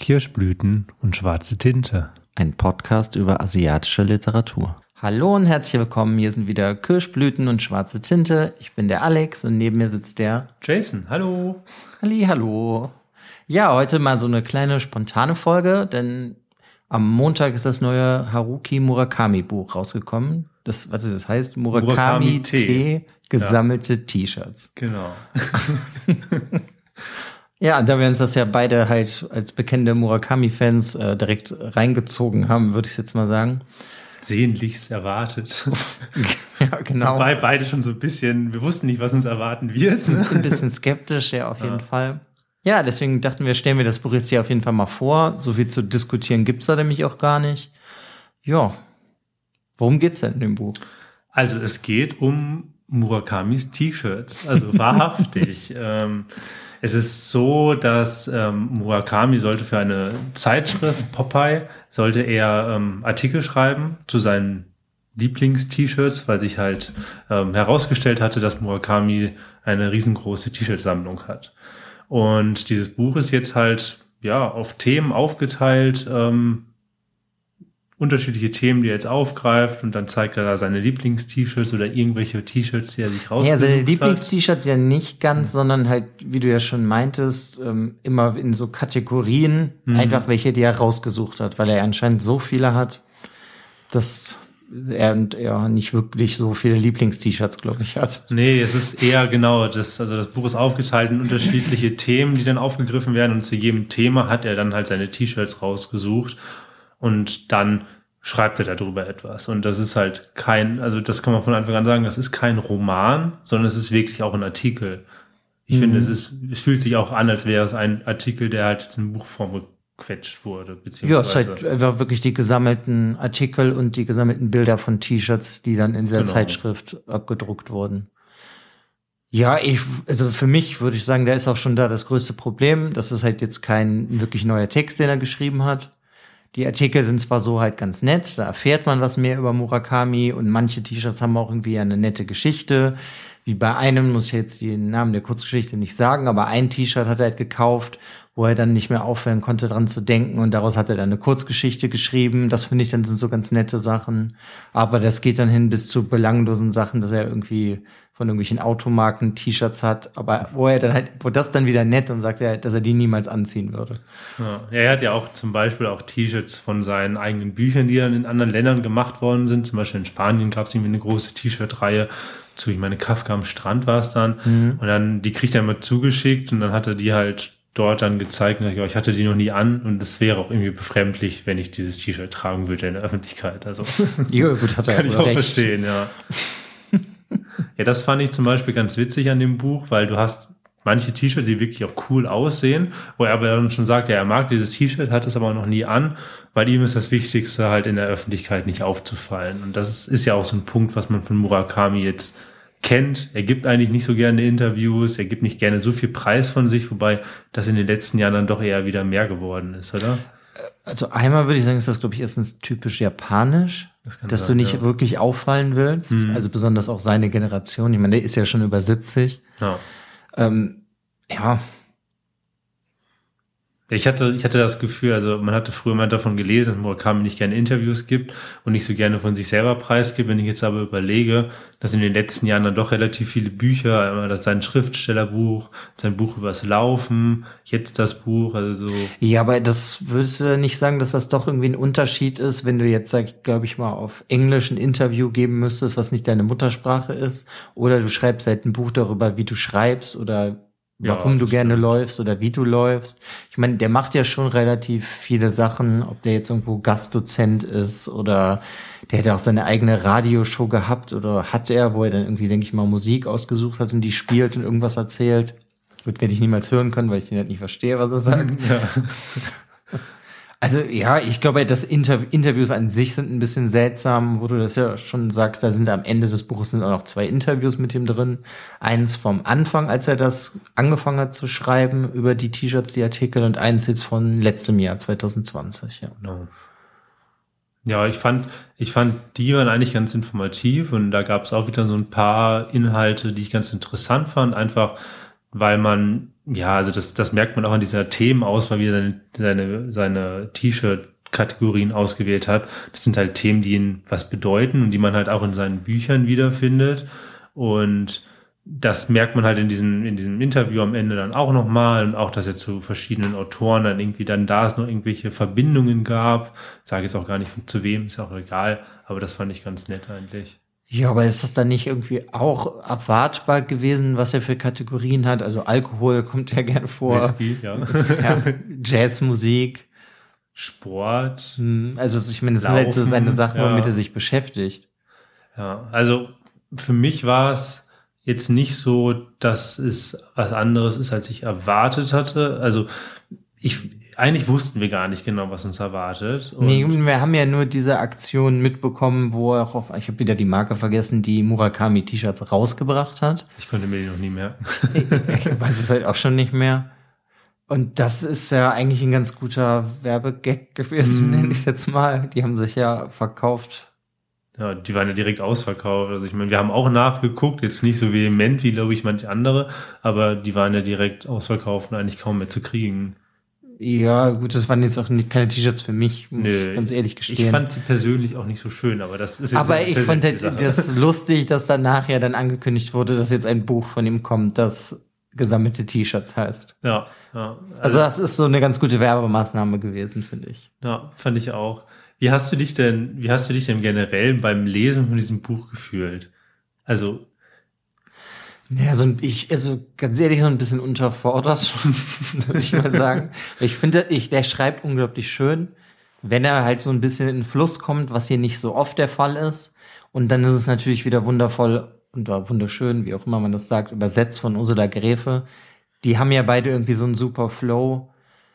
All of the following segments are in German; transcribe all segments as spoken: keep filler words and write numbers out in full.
Kirschblüten und schwarze Tinte. Ein Podcast über asiatische Literatur. Hallo und herzlich willkommen, hier sind wieder Kirschblüten und schwarze Tinte. Ich bin der Alex und neben mir sitzt der Jason, hallo. Halli, hallo. Ja, heute mal so eine kleine spontane Folge, denn am Montag ist das neue Haruki Murakami Buch rausgekommen. Das, was das heißt, Murakami, Murakami Tee, gesammelte ja. T-Shirts. Genau. Ja, da wir uns das ja beide halt als bekannte Murakami-Fans äh, direkt reingezogen haben, würde ich jetzt mal sagen. Sehnlichst erwartet. Ja, genau. Wobei beide schon so ein bisschen, wir wussten nicht, was uns erwarten wird. Ne? Ein bisschen skeptisch, ja, auf jeden ja. Fall. Ja, deswegen dachten wir, stellen wir das Buch jetzt hier auf jeden Fall mal vor. So viel zu diskutieren gibt's da nämlich auch gar nicht. Ja, worum geht's denn in dem Buch? Also es geht um Murakamis T-Shirts, also wahrhaftig. ähm, Es ist so, dass ähm, Murakami sollte für eine Zeitschrift, Popeye, sollte er ähm, Artikel schreiben zu seinen Lieblings-T-Shirts, weil sich halt ähm, herausgestellt hatte, dass Murakami eine riesengroße T-Shirt-Sammlung hat. Und dieses Buch ist jetzt halt ja auf Themen aufgeteilt, ähm, unterschiedliche Themen, die er jetzt aufgreift, und dann zeigt er da seine Lieblings-T-Shirts oder irgendwelche T-Shirts, die er sich rausgesucht hat. Ja, seine Lieblings-T-Shirts ja nicht ganz, mhm. sondern halt, wie du ja schon meintest, ähm, immer in so Kategorien, mhm. einfach welche, die er rausgesucht hat, weil er anscheinend so viele hat, dass er ja nicht wirklich so viele Lieblings-T-Shirts, glaube ich, hat. Nee, es ist eher genau, das, also das Buch ist aufgeteilt in unterschiedliche Themen, die dann aufgegriffen werden, und zu jedem Thema hat er dann halt seine T-Shirts rausgesucht. Und dann schreibt er darüber etwas. Und das ist halt kein, also das kann man von Anfang an sagen, das ist kein Roman, sondern es ist wirklich auch ein Artikel. Ich mhm. finde, es ist, es fühlt sich auch an, als wäre es ein Artikel, der halt jetzt in Buchform gequetscht wurde. Ja, es ist halt einfach wirklich die gesammelten Artikel und die gesammelten Bilder von T-Shirts, die dann in dieser genau. Zeitschrift abgedruckt wurden. Ja, ich, also für mich würde ich sagen, da ist auch schon da das größte Problem. Das ist halt jetzt kein wirklich neuer Text, den er geschrieben hat. Die Artikel sind zwar so halt ganz nett, da erfährt man was mehr über Murakami, und manche T-Shirts haben auch irgendwie eine nette Geschichte. Wie bei einem, muss ich jetzt den Namen der Kurzgeschichte nicht sagen, aber ein T-Shirt hat er halt gekauft, wo er dann nicht mehr aufhören konnte, dran zu denken, und daraus hat er dann eine Kurzgeschichte geschrieben. Das finde ich dann sind so ganz nette Sachen. Aber das geht dann hin bis zu belanglosen Sachen, dass er irgendwie von irgendwelchen Automarken T-Shirts hat, aber wo er dann halt, wo das dann wieder nett, und sagt er, dass er die niemals anziehen würde. Ja, er hat ja auch zum Beispiel auch T-Shirts von seinen eigenen Büchern, die dann in anderen Ländern gemacht worden sind. Zum Beispiel in Spanien gab es irgendwie eine große T-Shirt-Reihe zu, ich meine, Kafka am Strand war es dann. Mhm. Und dann, die kriegt er immer zugeschickt, und dann hat er die halt dort dann gezeigt, und ich hatte die noch nie an, und es wäre auch irgendwie befremdlich, wenn ich dieses T-Shirt tragen würde in der Öffentlichkeit. Also ja, gut, hat er kann ich auch recht. verstehen, ja. Ja, das fand ich zum Beispiel ganz witzig an dem Buch, weil du hast manche T-Shirts, die wirklich auch cool aussehen, wo er aber dann schon sagt, ja, er mag dieses T-Shirt, hat es aber noch nie an, weil ihm ist das Wichtigste, halt in der Öffentlichkeit nicht aufzufallen. Und das ist, ist ja auch so ein Punkt, was man von Murakami jetzt kennt. Er gibt eigentlich nicht so gerne Interviews, er gibt nicht gerne so viel Preis von sich, wobei das in den letzten Jahren dann doch eher wieder mehr geworden ist, oder? Also einmal würde ich sagen, ist das, glaube ich, erstens typisch japanisch, das dass sein, du nicht ja. wirklich auffallen willst. Mhm. Also besonders auch seine Generation. Ich meine, der ist ja schon über siebzig. Ja. Ähm, ja. Ich hatte, ich hatte das Gefühl, also man hatte früher mal davon gelesen, dass Murakami nicht gerne Interviews gibt und nicht so gerne von sich selber preisgibt. Wenn ich jetzt aber überlege, dass in den letzten Jahren dann doch relativ viele Bücher, das sein Schriftstellerbuch, sein Buch übers Laufen, jetzt das Buch, also so. Ja, aber das würdest du nicht sagen, dass das doch irgendwie ein Unterschied ist, wenn du jetzt, sag, glaube ich mal, auf Englisch ein Interview geben müsstest, was nicht deine Muttersprache ist, oder du schreibst halt ein Buch darüber, wie du schreibst, oder warum ja, du gerne stimmt. läufst oder wie du läufst. Ich meine, der macht ja schon relativ viele Sachen, ob der jetzt irgendwo Gastdozent ist oder der hätte auch seine eigene Radioshow gehabt oder hat er, wo er dann irgendwie, denke ich mal, Musik ausgesucht hat und die spielt und irgendwas erzählt. Gut, werde ich niemals hören können, weil ich den halt nicht verstehe, was er sagt. Ja. Also ja, ich glaube, das Inter- Interviews an sich sind ein bisschen seltsam, wo du das ja schon sagst, da sind am Ende des Buches sind auch noch zwei Interviews mit ihm drin. Eins vom Anfang, als er das angefangen hat zu schreiben über die T-Shirts, die Artikel, und eins jetzt von letztem Jahr, zwanzig zwanzig. Ja, genau. Ja, ich fand, ich fand, die waren eigentlich ganz informativ, und da gab es auch wieder so ein paar Inhalte, die ich ganz interessant fand, einfach weil man, ja, also das, das merkt man auch an dieser Themenauswahl, wie er seine, seine, seine T-Shirt-Kategorien ausgewählt hat. Das sind halt Themen, die ihn was bedeuten und die man halt auch in seinen Büchern wiederfindet. Und das merkt man halt in diesem, in diesem Interview am Ende dann auch nochmal und auch, dass er zu verschiedenen Autoren dann irgendwie dann da es noch irgendwelche Verbindungen gab. Ich sage jetzt auch gar nicht zu wem, ist auch egal, aber das fand ich ganz nett eigentlich. Ja, aber ist das dann nicht irgendwie auch erwartbar gewesen, was er für Kategorien hat? Also Alkohol kommt ja gerne vor. Whisky, ja. Ja, Jazzmusik. Sport. Also ich meine, das Laufen, sind halt so seine Sachen, ja. womit er sich beschäftigt. Ja, also für mich war es jetzt nicht so, dass es was anderes ist, als ich erwartet hatte. Also ich, eigentlich wussten wir gar nicht genau, was uns erwartet. Und nee, wir haben ja nur diese Aktion mitbekommen, wo er auch auf, ich habe wieder die Marke vergessen, die Murakami-T-Shirts rausgebracht hat. Ich konnte mir die noch nie merken. ich, ich weiß es halt auch schon nicht mehr. Und das ist ja eigentlich ein ganz guter Werbegag gewesen, mm. nenne ich es jetzt mal. Die haben sich ja verkauft. Ja, die waren ja direkt ausverkauft. Also ich meine, wir haben auch nachgeguckt, jetzt nicht so vehement wie, glaube ich, manche andere, aber die waren ja direkt ausverkauft und eigentlich kaum mehr zu kriegen. Ja, gut, das waren jetzt auch nicht, keine T-Shirts für mich, muss Nö, ich ganz ehrlich gestehen. Ich fand sie persönlich auch nicht so schön, aber das ist jetzt Aber ich fand halt das lustig, dass danach ja dann angekündigt wurde, dass jetzt ein Buch von ihm kommt, das gesammelte T-Shirts heißt. Ja, ja. Also, also das ist so eine ganz gute Werbemaßnahme gewesen, finde ich. Ja, fand ich auch. Wie hast du dich denn, wie hast du dich denn generell beim Lesen von diesem Buch gefühlt? Also, ja, so ein, ich, also ganz ehrlich, so ein bisschen unterfordert, würde ich mal sagen. Ich finde, ich, der schreibt unglaublich schön, wenn er halt so ein bisschen in den Fluss kommt, was hier nicht so oft der Fall ist. Und dann ist es natürlich wieder wundervoll und wunderschön, wie auch immer man das sagt, übersetzt von Ursula Gräfe. Die haben ja beide irgendwie so einen super Flow.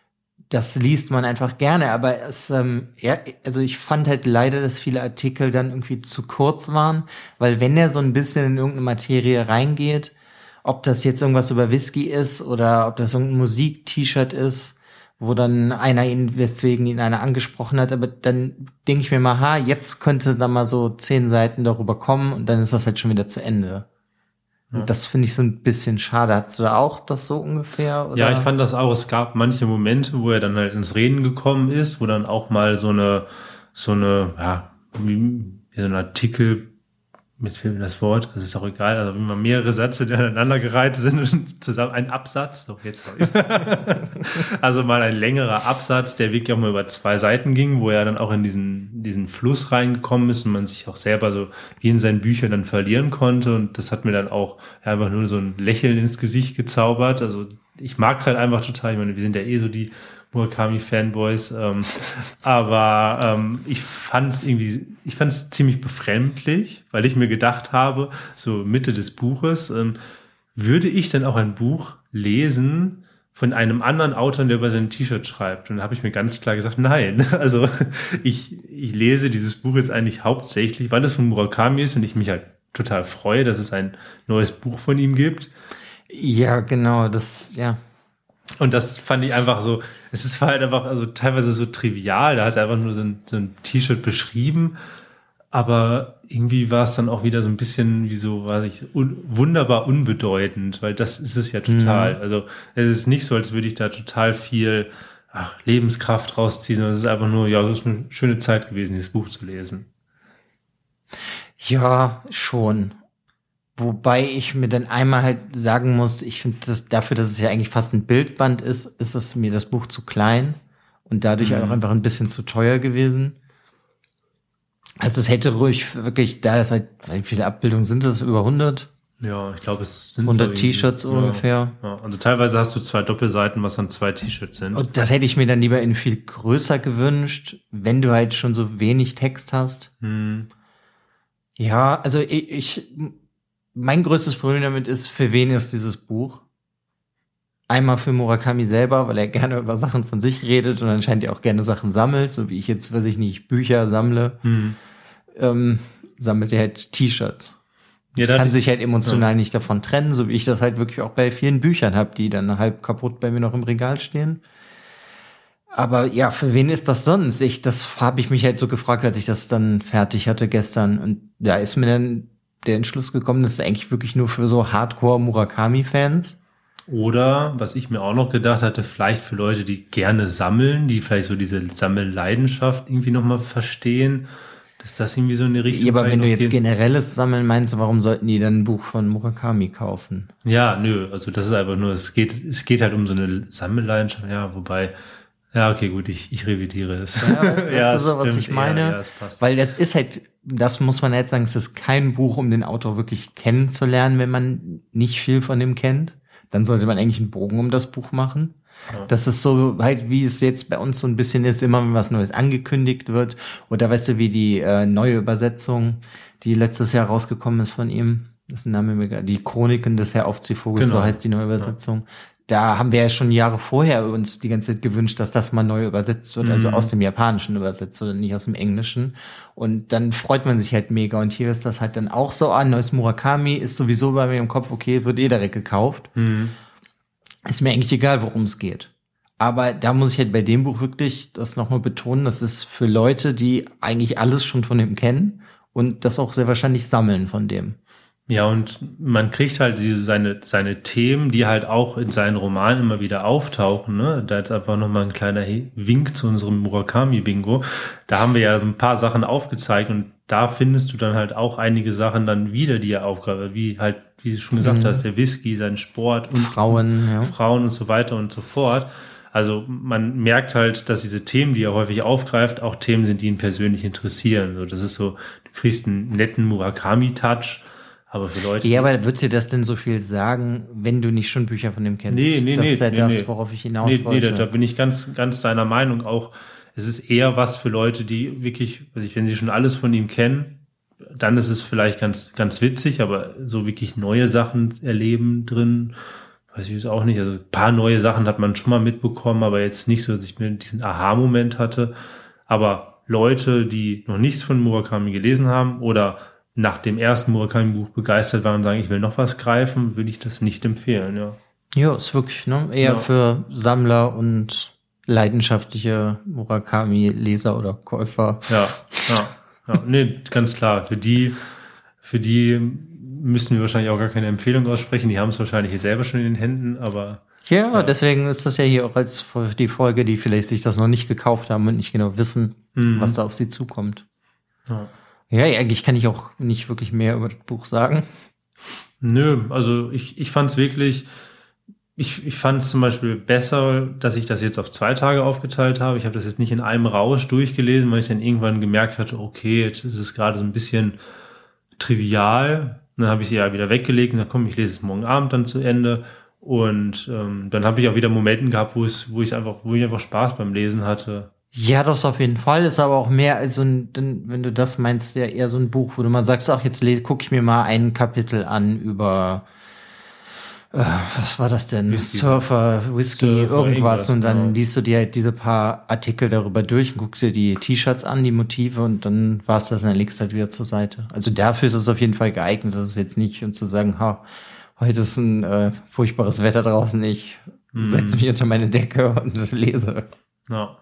Das liest man einfach gerne, aber es, ähm, ja, also ich fand halt leider, dass viele Artikel dann irgendwie zu kurz waren, weil wenn er so ein bisschen in irgendeine Materie reingeht, ob das jetzt irgendwas über Whisky ist oder ob das irgendein Musik-T-Shirt ist, wo dann einer ihn, weswegen ihn einer angesprochen hat, aber dann denke ich mir mal, ha, jetzt könnte da mal so zehn Seiten darüber kommen und dann ist das halt schon wieder zu Ende. Ja. Das finde ich so ein bisschen schade. Hattest du da auch das so ungefähr? Oder? Ja, ich fand das auch. Es gab manche Momente, wo er dann halt ins Reden gekommen ist, wo dann auch mal so eine, so eine, ja, wie, wie so ein Artikel, jetzt fehlt mir das Wort, das ist auch egal, also wenn mal mehrere Sätze, die aneinandergereiht sind und zusammen ein Absatz, so jetzt habe ich also mal ein längerer Absatz, der wirklich auch mal über zwei Seiten ging, wo er dann auch in diesen, diesen Fluss reingekommen ist und man sich auch selber so wie in seinen Büchern dann verlieren konnte und das hat mir dann auch ja, einfach nur so ein Lächeln ins Gesicht gezaubert, also ich mag es halt einfach total, ich meine, wir sind ja eh so die Murakami-Fanboys, ähm, aber ähm, ich fand es irgendwie, ich fand es ziemlich befremdlich, weil ich mir gedacht habe, so Mitte des Buches, ähm, würde ich denn auch ein Buch lesen von einem anderen Autor, der über sein T-Shirt schreibt? Und da habe ich mir ganz klar gesagt, nein. Also ich, ich lese dieses Buch jetzt eigentlich hauptsächlich, weil es von Murakami ist und ich mich halt total freue, dass es ein neues Buch von ihm gibt. Ja, genau, das, ja. Und das fand ich einfach so, es ist halt einfach also teilweise so trivial, da hat er einfach nur so ein, so ein T-Shirt beschrieben, aber irgendwie war es dann auch wieder so ein bisschen wie so, weiß ich, un, wunderbar unbedeutend, weil das ist es ja total. Mhm. Also es ist nicht so, als würde ich da total viel ach, Lebenskraft rausziehen, sondern es ist einfach nur, ja, es ist eine schöne Zeit gewesen, dieses Buch zu lesen. Ja, schon. Wobei ich mir dann einmal halt sagen muss, ich finde das dafür, dass es ja eigentlich fast ein Bildband ist, ist es mir das Buch zu klein und dadurch mhm. auch einfach ein bisschen zu teuer gewesen. Also es hätte ruhig wirklich, da ist halt, wie viele Abbildungen sind das? Über hundert? Ja, ich glaube, es sind hundert T-Shirts ja, ungefähr. Ja. Also teilweise hast du zwei Doppelseiten, was dann zwei T-Shirts sind. Und das hätte ich mir dann lieber in viel größer gewünscht, wenn du halt schon so wenig Text hast. Mhm. Ja, also ich, ich mein größtes Problem damit ist, für wen ist dieses Buch? Einmal für Murakami selber, weil er gerne über Sachen von sich redet und anscheinend ja auch gerne Sachen sammelt, so wie ich jetzt, weiß ich nicht, Bücher sammle, mhm. ähm, sammelt er halt T-Shirts. Ja, kann sich halt emotional ja. nicht davon trennen, so wie ich das halt wirklich auch bei vielen Büchern habe, die dann halb kaputt bei mir noch im Regal stehen. Aber ja, für wen ist das sonst? Ich, das habe ich mich halt so gefragt, als ich das dann fertig hatte gestern. Und da ist mir dann der Entschluss gekommen, das ist eigentlich wirklich nur für so Hardcore-Murakami-Fans. Oder, was ich mir auch noch gedacht hatte, vielleicht für Leute, die gerne sammeln, die vielleicht so diese Sammelleidenschaft irgendwie nochmal verstehen, dass das irgendwie so eine Richtung... Ja, aber wenn du jetzt gehen. generelles Sammeln meinst, warum sollten die dann ein Buch von Murakami kaufen? Ja, nö, also das ist einfach nur, es geht, es geht halt um so eine Sammelleidenschaft, ja, wobei... Ja, okay, gut, ich, ich revidiere es. Ja, das ja, ist so, was ich meine. Ja, ja, es passt. Weil das ist halt, das muss man jetzt sagen, es ist kein Buch, um den Autor wirklich kennenzulernen, wenn man nicht viel von dem kennt. Dann sollte man eigentlich einen Bogen um das Buch machen. Ja. Das ist so halt, wie es jetzt bei uns so ein bisschen ist, immer wenn was Neues angekündigt wird. Oder weißt du, wie die äh, neue Übersetzung, die letztes Jahr rausgekommen ist von ihm, das ist ein Name mir, die Chroniken des Herr Aufziehvogels, genau. So heißt die neue Übersetzung. Ja. Da haben wir ja schon Jahre vorher uns die ganze Zeit gewünscht, dass das mal neu übersetzt wird, mhm. also aus dem Japanischen übersetzt oder nicht aus dem Englischen. Und dann freut man sich halt mega. Und hier ist das halt dann auch so an. Neues Murakami ist sowieso bei mir im Kopf, okay, wird eh direkt gekauft. Mhm. Ist mir eigentlich egal, worum es geht. Aber da muss ich halt bei dem Buch wirklich das nochmal betonen, das ist für Leute, die eigentlich alles schon von dem kennen und das auch sehr wahrscheinlich sammeln von dem. Ja, und man kriegt halt diese, seine, seine Themen, die halt auch in seinen Romanen immer wieder auftauchen, ne? Da ist einfach nochmal ein kleiner Wink zu unserem Murakami-Bingo. Da haben wir ja so ein paar Sachen aufgezeigt und da findest du dann halt auch einige Sachen dann wieder, die er aufgreift, wie halt, wie du schon gesagt mhm. hast, der Whisky, sein Sport und Frauen, und, ja. Frauen und so weiter und so fort. Also man merkt halt, dass diese Themen, die er häufig aufgreift, auch Themen sind, die ihn persönlich interessieren. So, das ist so, du kriegst einen netten Murakami-Touch. Aber für Leute. Ja, aber wird dir das denn so viel sagen, wenn du nicht schon Bücher von dem kennst? Nee, nee, das nee. Das ist ja nee, das, nee. worauf ich hinaus nee, wollte. Nee, da, da bin ich ganz, ganz deiner Meinung auch. Es ist eher was für Leute, die wirklich, also wenn sie schon alles von ihm kennen, dann ist es vielleicht ganz, ganz witzig, aber so wirklich neue Sachen erleben drin, weiß ich es auch nicht. Also ein paar neue Sachen hat man schon mal mitbekommen, aber jetzt nicht so, dass ich mir diesen Aha-Moment hatte. Aber Leute, die noch nichts von Murakami gelesen haben oder nach dem ersten Murakami-Buch begeistert waren und sagen, ich will noch was greifen, würde ich das nicht empfehlen, ja. Ja, ist wirklich, ne? Eher ja. für Sammler und leidenschaftliche Murakami-Leser oder Käufer. Ja, ja, ja. Nee, ganz klar. Für die, für die müssen wir wahrscheinlich auch gar keine Empfehlung aussprechen. Die haben es wahrscheinlich jetzt selber schon in den Händen, aber. Ja, ja, deswegen ist das ja hier auch als die Folge, die vielleicht sich das noch nicht gekauft haben und nicht genau wissen, mhm. was da auf sie zukommt. Ja. Ja, eigentlich kann ich auch nicht wirklich mehr über das Buch sagen. Nö, also ich, ich fand es wirklich, ich, ich fand es zum Beispiel besser, dass ich das jetzt auf zwei Tage aufgeteilt habe. Ich habe das jetzt nicht in einem Rausch durchgelesen, weil ich dann irgendwann gemerkt hatte, okay, jetzt ist es gerade so ein bisschen trivial. Und dann habe ich sie ja wieder weggelegt und dann komm, ich lese es morgen Abend dann zu Ende. Und ähm, dann habe ich auch wieder Momente gehabt, wo es, wo ich einfach, wo ich einfach Spaß beim Lesen hatte. Ja, das auf jeden Fall. Ist aber auch mehr als so ein, wenn du das meinst, ja eher so ein Buch, wo du mal sagst, ach, jetzt gucke ich mir mal ein Kapitel an über, äh, was war das denn? Whisky. Surfer, Whisky, Surfer, irgendwas. irgendwas, Und dann genau. liest du dir halt diese paar Artikel darüber durch und guckst dir die T-Shirts an, die Motive, und dann war's das und dann legst du halt wieder zur Seite. Also dafür ist es auf jeden Fall geeignet. Das ist jetzt nicht, um zu sagen, ha, heute ist ein äh, furchtbares Wetter draußen, ich mm. setze mich unter meine Decke und lese. Ja.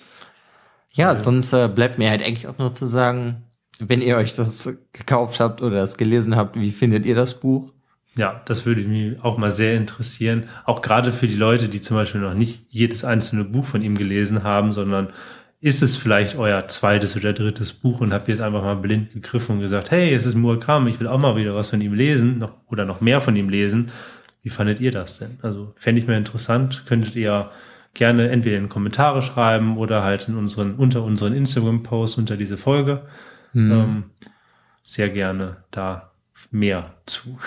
Ja, sonst äh, bleibt mir halt eigentlich auch nur zu sagen, wenn ihr euch das gekauft habt oder das gelesen habt, wie findet ihr das Buch? Ja, das würde mich auch mal sehr interessieren. Auch gerade für die Leute, die zum Beispiel noch nicht jedes einzelne Buch von ihm gelesen haben, sondern ist es vielleicht euer zweites oder drittes Buch und habt ihr jetzt einfach mal blind gegriffen und gesagt, hey, es ist Murakami, ich will auch mal wieder was von ihm lesen noch, oder noch mehr von ihm lesen. Wie fandet ihr das denn? Also fände ich mir interessant, könntet ihr gerne entweder in Kommentare schreiben oder halt in unseren, unter unseren Instagram-Posts unter diese Folge. Hm. Ähm, sehr gerne da mehr zu.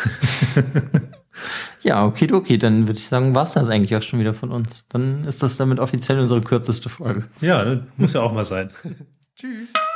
Ja, okidoki, dann würde ich sagen, war's das eigentlich auch schon wieder von uns. Dann ist das damit offiziell unsere kürzeste Folge. Ja, ne? Muss ja auch mal sein. Tschüss.